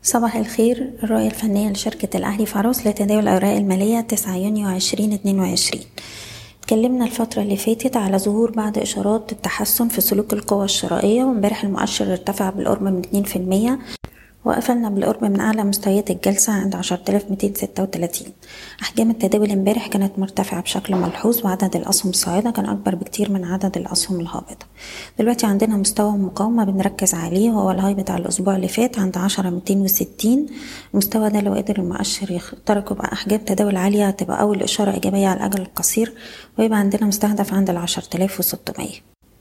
صباح الخير. الرؤية الفنية لشركة الأهلي فاروس لتداول الأوراق المالية 9 يونيو 2022. اتكلمنا الفترة اللي فاتت على ظهور بعض إشارات التحسن في سلوك القوى الشرائية، وامبارح المؤشر ارتفع بالقرب من 2%، وقفلنا بالقرب من أعلى مستويات الجلسة عند 10,236. أحجام التداول امبارح كانت مرتفعة بشكل ملحوظ، وعدد الأسهم الصاعدة كان أكبر بكتير من عدد الأسهم الهابطة. دلوقتي عندنا مستوى مقاومة بنركز عليه، وهو الهاي بتاع الأسبوع اللي فات عند 10,260. المستوى ده لو قدر المؤشر يخترقه بأحجام تداول عالية هتبقى أول إشارة إيجابية على الأجل القصير، ويبقى عندنا مستهدف عند 10,600.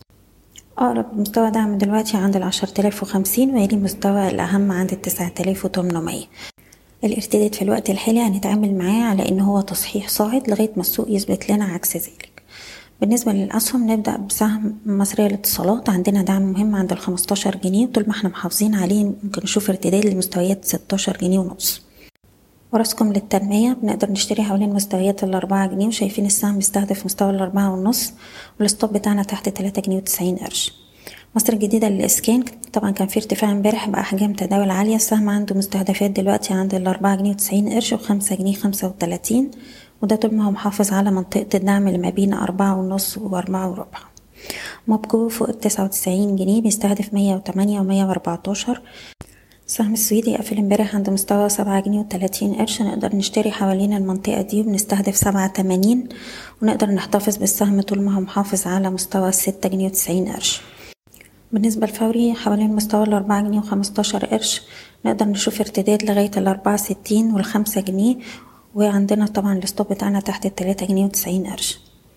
أقرب مستوى دعم دلوقتي عند 10,050، ويلي المستوى الأهم عند 9,800. الارتداد في الوقت الحالي هنتعامل معاه على إن هو تصحيح صاعد لغاية ما السوق يثبت لنا عكس ذلك. بالنسبة للأسهم نبدأ بسهم مصرية للاتصالات، عندنا دعم مهم عند 15 جنيه، طول ما احنا محافظين عليه ممكن نشوف ارتداد لمستويات 16 جنيه ونص. وراسكم للتنمية بنقدر نشتري حوالين مستويات 4 جنيه، وشايفين السهم بيستهدف مستوى 4.5، والستوب بتاعنا تحت 3 جنيه و90 قرش. مصر الجديدة للإسكان طبعا كان في ارتفاع امبارح بأحجام تداول عالية، السهم عنده مستهدفات دلوقتي عند 4 جنيه و90 قرش و5 جنيه 35، وده طول ما هو محافظ على منطقة الدعم اللي ما بين 4.5 و4.25. موبكو فوق 99 جنيه بيستهدف 108 و114. السهم السويدي قفل امبارح عند مستوى 7 جنيه و30 قرش، نقدر نشتري حوالين المنطقة دي وبنستهدف 7.80، ونقدر نحتفظ بالسهم طول ما هو محافظ على مستوى 6 جنيه و90 قرش. بالنسبة الفوري حوالين مستوى 4 جنيه و15 قرش، نقدر نشوف ارتداد لغاية 4.60 وال5 جنيه، وعندنا طبعا الستوب بتاعنا تحت 3 جنيه و90 قرش.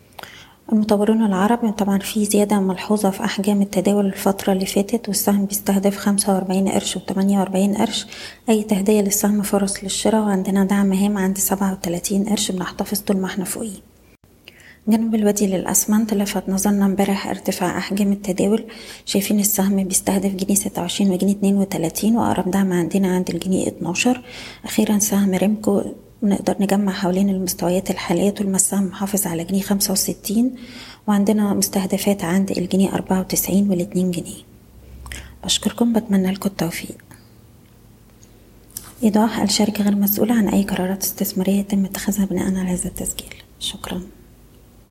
المطورون العرب طبعا في زيادة ملحوظة في أحجام التداول الفترة اللي فاتت، والسهم بيستهدف 45 قرش و48 قرش. أي تهدية للسهم فرص للشراء، وعندنا دعم هام عند 37 قرش بنحتفظ طول ما احنا فوقيه. جنب الوادي للأسمنت لفت نظرنا امبارح ارتفاع أحجام التداول، شايفين السهم بيستهدف جنيه 26 وجنيه 32، وأقرب دعم عندنا عند الجنيه 12. أخيرا سهم ريمكو نقدر نجمع حوالين المستويات الحالية طول ما السهم محافظ على جنيه 65، وعندنا مستهدفات عند الجنيه 94 وال2 جنيه. بشكركم، بتمنى لكم التوفيق. إيضاح: الشركة غير مسؤولة عن أي قرارات استثمارية يتم اتخاذها بناء على هذا التسجيل. شكرا.